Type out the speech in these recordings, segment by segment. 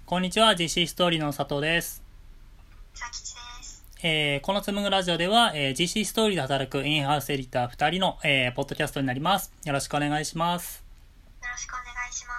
こんにちは、GC ストーリーの佐藤です。 佐吉です。 このつむぐラジオでは、GC ストーリーで働くインハウスエディター2人の、ポッドキャストになります。よろしくお願いします。 よろしくお願いします。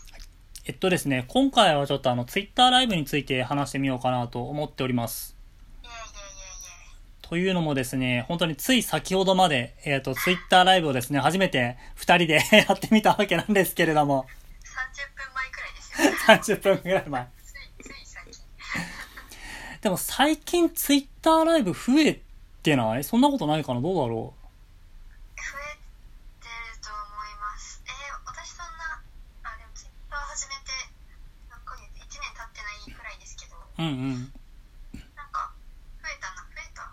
ですね、今回はちょっとTwitter ライブについて話してみようかなと思っております。というのもですね、本当につい先ほどまで、Twitter ライブをですね、初めて2人でやってみたわけなんですけれども。 30分前くらいですよね。 30分くらい前。 つい最近。 でも最近 Twitter ライブ増えてない？そんなことないかな？どうだろう？ 増えてると思います。私そんな、でも Twitter 始めて何ヶ月、1年経ってないくらいですけど、 うんうん。 なんか増えたな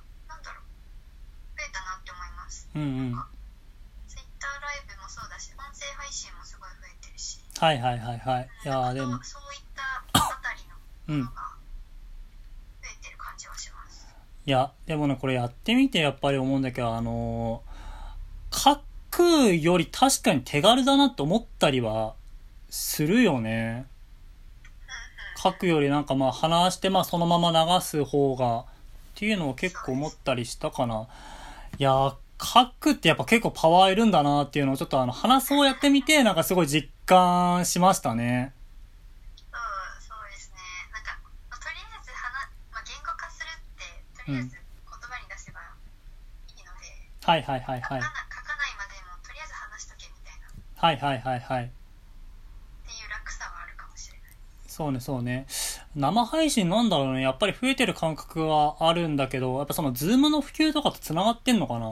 って思います。 うんうん。 Twitter ライブもそうだし、音声配信もすごい増えてるし。 はいはいはいはい。いやーでも。 そういったあたりのものが増えてる感じはします。 いや、でもね、これやってみてやっぱり思うんだけど、書くより確かに手軽だなって思ったりはするよね。書くよりなんか話してそのまま流す方がっていうのを結構思ったりしたかな。いや、書くってやっぱ結構パワーいるんだなっていうのをちょっと話そうやってみてなんかすごい実感しましたね。 そうですね。なんか、とりあえず言語化するってとりあえず言葉に出せばいいので、 はいはいはいはい。 書かないまでもとりあえず話しとけみたいな。 はいはいはいはい。 っていう楽さはあるかもしれない。 そうねそうね。生配信なんだろうね。やっぱり増えてる感覚はあるんだけど、やっぱそのズームの普及とかと繋がってんのかな？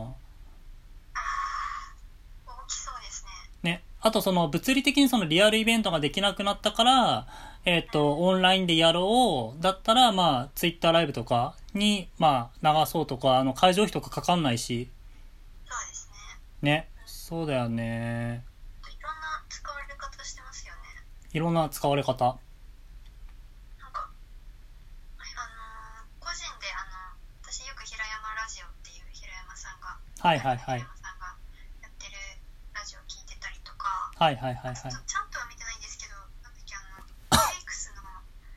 大きそうですね。ね。あとその物理的にそのリアルイベントができなくなったから、オンラインでやろうだったら、ツイッターライブとかに、流そうとか、会場費とかかかんないし。 そうですね。ね。そうだよね。 いろんな使われ方してますよね。 いろんな使われ方。 なんか、個人で私よく平山ラジオっていう平山さんが、 はいはいはい。 平山さんがやってるラジオ聞いてたりとか、 はいはいはいはい。 ちゃんとは見てないんですけど、なんだっけフェイクスの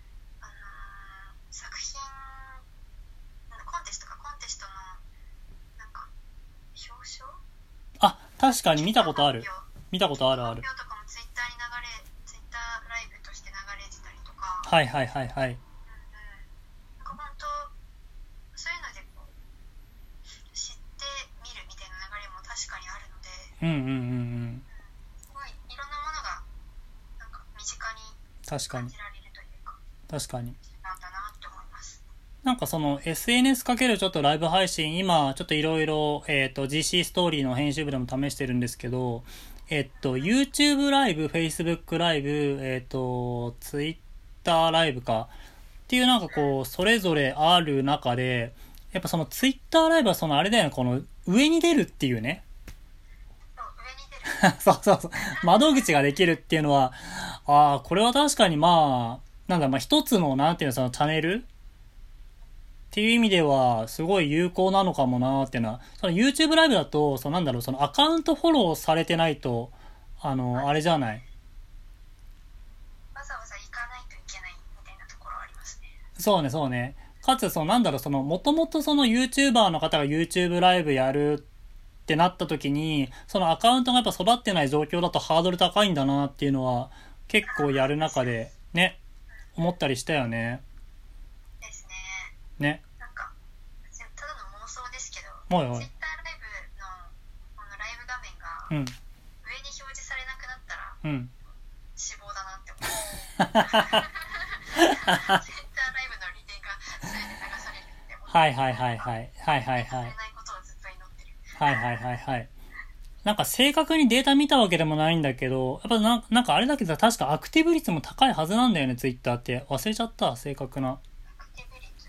作品コンテストのなんか表彰？ あ、確かに見たことある。見たことあるある。 発表とかもツイッターライブとして流れてたりとか。 はいはいはいはい。 なんか本当そういうのでこう知ってみるみたいな流れも確かにあるので。すごいいろんなものがなんか身近に感じられるというか。 確かに。 なんだなって思います。 なんかその SNS かけるちょっとライブ配信、今ちょっといろいろGC ストーリーの編集部でも試してるんですけど、YouTube ライブ、Facebook ライブ、Twitter ライブかっていうなんかこうそれぞれある中で、やっぱその Twitter ライブはそのあれだよね、この上に出るっていうね。 上に出る。 そうそうそう。窓口ができるっていうのは、これは確かに一つのなんていうのそのチャンネルっていう意味ではすごい有効なのかもなーっていうのは、その YouTube ライブだとそのアカウントフォローされてないとあれじゃない。 わざわざ行かないといけないみたいなところありますね。 そうねそうね。かつもともとその YouTuber の方が YouTube ライブやるってなった時に、そのアカウントがやっぱ育ってない状況だとハードル高いんだなっていうのは結構やる中でね思ったりしたよね。 ですね。 なんかただの妄想ですけど、 おいおい。 Twitter ライブのこのライブ画面が上に表示されなくなったら、死亡だなって思う。Twitter ライブの利点が全て流されるって思う。 はいはいはいはいはいはいはい。 されないことをずっと祈ってる。 はいはいはいはい。なんか正確にデータ見たわけでもないんだけど、やっぱなんかあれだけど確かアクティブ率も高いはずなんだよね、ツイッターって。忘れちゃった、正確な。 アクティブ率？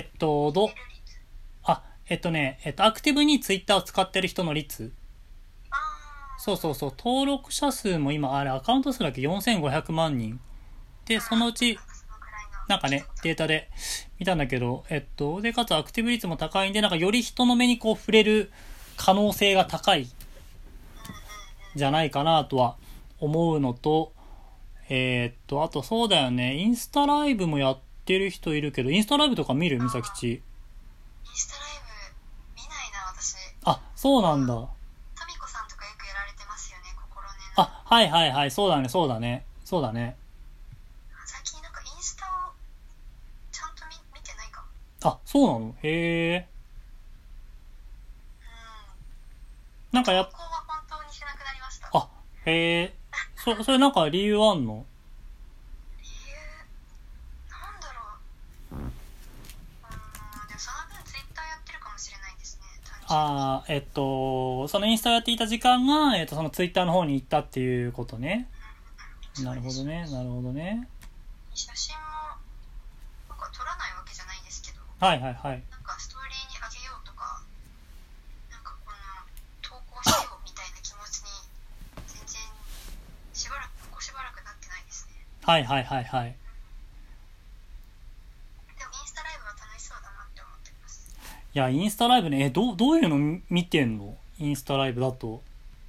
アクティブにツイッターを使ってる人の率。そうそうそう、登録者数も今、アカウント数だけ4500万人。で、そのうち、なんかね、データで見たんだけど、で、かつアクティブ率も高いんで、なんかより人の目にこう触れる可能性が高いじゃないかなとは思うのと、 あとそうだよね。インスタライブもやってる人いるけど、インスタライブとか見る？みさきち。 インスタライブ見ないな、私。 あ、そうなんだ。 トミコさんとかよくやられてますよね、心根の。 あ、はいはいはい、そうだね、そうだね。そうだね。 最近なんかインスタをちゃんと見てないかも。 あ、そうなの？へえ。なんか投稿は本当にしなくなりました。 あ、へえ。それなんか理由あんの？ 理由なんだろう。でもその分ツイッターやってるかもしれないですね。 ああ、そのインスタやっていた時間が、そのツイッターの方に行ったっていうことね。なるほどね、なるほどね。 写真もなんか撮らないわけじゃないですけど、 はいはいはい。 なんかストーリーにあげようとか、なんかこの投稿しようみたいな気持ちに全然ここしばらくなってないですね。 はいはいはいはい。 でもインスタライブは楽しそうだなって思ってます。 いや、インスタライブね、どういうの見てんの？インスタライブだと。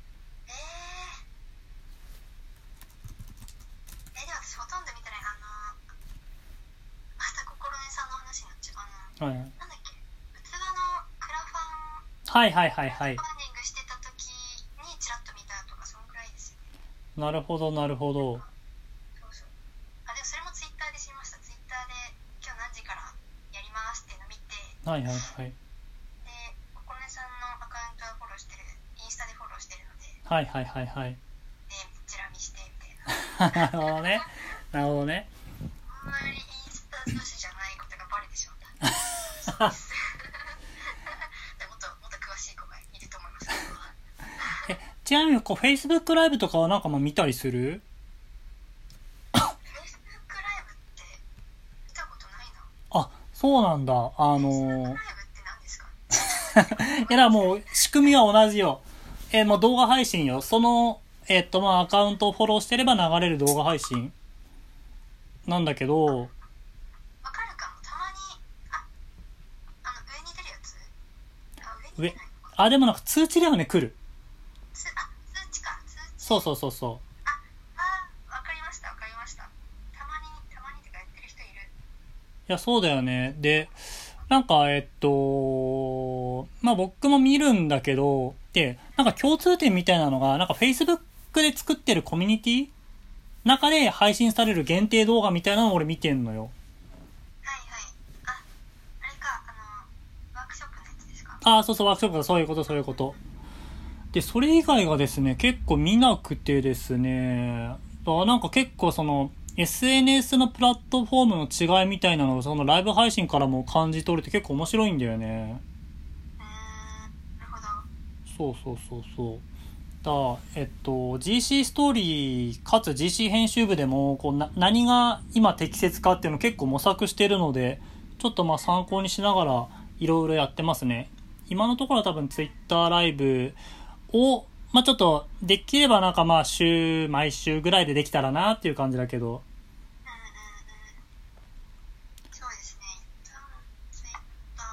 でも私ほとんど見てない。また心根さんの話になっちゃう。 はい、 なんだっけ、器のクラファン、 はいはいはいはい。 クラファンディングしてた時にチラッと見たとか、そんくらいですよね。 なるほどなるほど。 そうそう。でもそれもツイッターで知りました。ツイッターで今日何時からやりますっていうの見て、 はいはいはい。 で、心根さんのアカウントはフォローしてる、インスタでフォローしてるので、 はいはいはいはい。 で、チラ見してみたいな。 なるほどね。なるほどね。 あんまりインスタ女子じゃないことがバレてしまった。そうです。でもっと詳しい子がいると思いますけど。 ちなみにFacebook ライブとかはなんか見たりする？ Facebook ライブって見たことないな。 あ、そうなんだ。 Facebook ライブって何ですか？ いやもう仕組みは同じよ。もう動画配信よ。そのアカウントをフォローしてれば流れる動画配信なんだけど。 わかるかも。たまに上に出るやつ。上に出ないのか。 でもなんか通知ではね来る。 通知か。 そうそう。 わかりました。たまにってかやってる人いる。 いやそうだよね。でなんか僕も見るんだけど、でなんか共通点みたいなのがなんか Facebook で作ってるコミュニティ中で配信される限定動画みたいなのを俺見てんのよ。 はいはい。あれか、ワークショップのやつですか？ そうそう、ワークショップがそういうこと。で、それ以外がですね、結構見なくてですね、なんか結構その、SNS のプラットフォームの違いみたいなのをそのライブ配信からも感じ取れて結構面白いんだよね。 なるほど。 そう。GC ストーリーかつ GC 編集部でも何が今適切かっていうのを結構模索してるので、ちょっと参考にしながらいろいろやってますね。今のところは多分 Twitter ライブをちょっとできればなんか毎週ぐらいでできたらなっていう感じだけど。 そうですね。Twitter が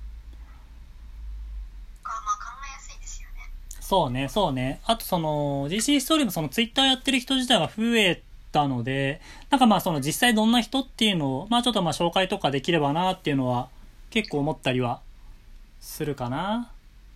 考えやすいですよね。 そうね。あとその GC ストーリーもその Twitter やってる人自体が増えたので、なんかその実際どんな人っていうのをちょっと紹介とかできればなっていうのは結構思ったりはするかな。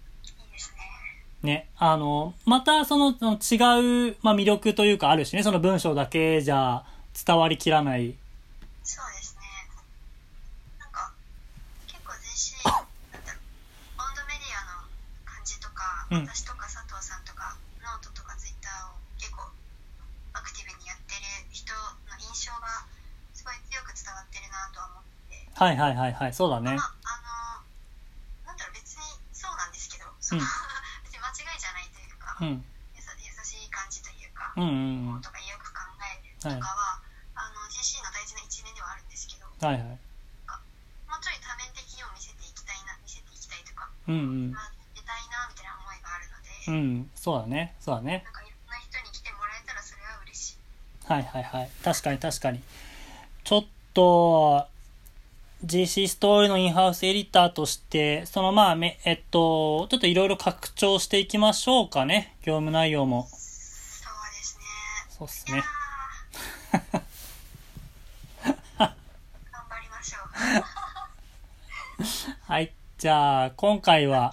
ね、またその違う、魅力というかあるしね、その文章だけじゃ伝わりきらない。 そうですね。なんか、結構GC、オンドメディアの感じとか、私とか佐藤さんとか、ノートとかツイッターを結構アクティブにやってる人の印象がすごい強く伝わってるなとは思って。 はい、そうだね。 なんだろう、別にそうなんですけど、間違いじゃないというか、優しい感じというか、とかよく考えるとかは、GC の大事な一面ではあるんですけど、もうちょい多面的にも見せていきたいとか、出たいなみたいな思いがあるので、 そうだね。 なんかいろんな人に来てもらえたらそれは嬉しい。 確かに。ちょっと、GC ストーリーのインハウスエディターとして、そのちょっといろいろ拡張していきましょうかね。業務内容も。 そうですね。 そうっすね。 頑張りましょう。 はい。じゃあ、今回は、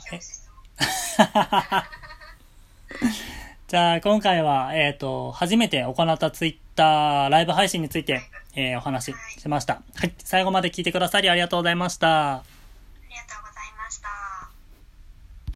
じゃあ、今回は、初めて行ったツイッターライブ配信について、お話ししました。はい。最後まで聞いてくださりありがとうございました。 ありがとうございました。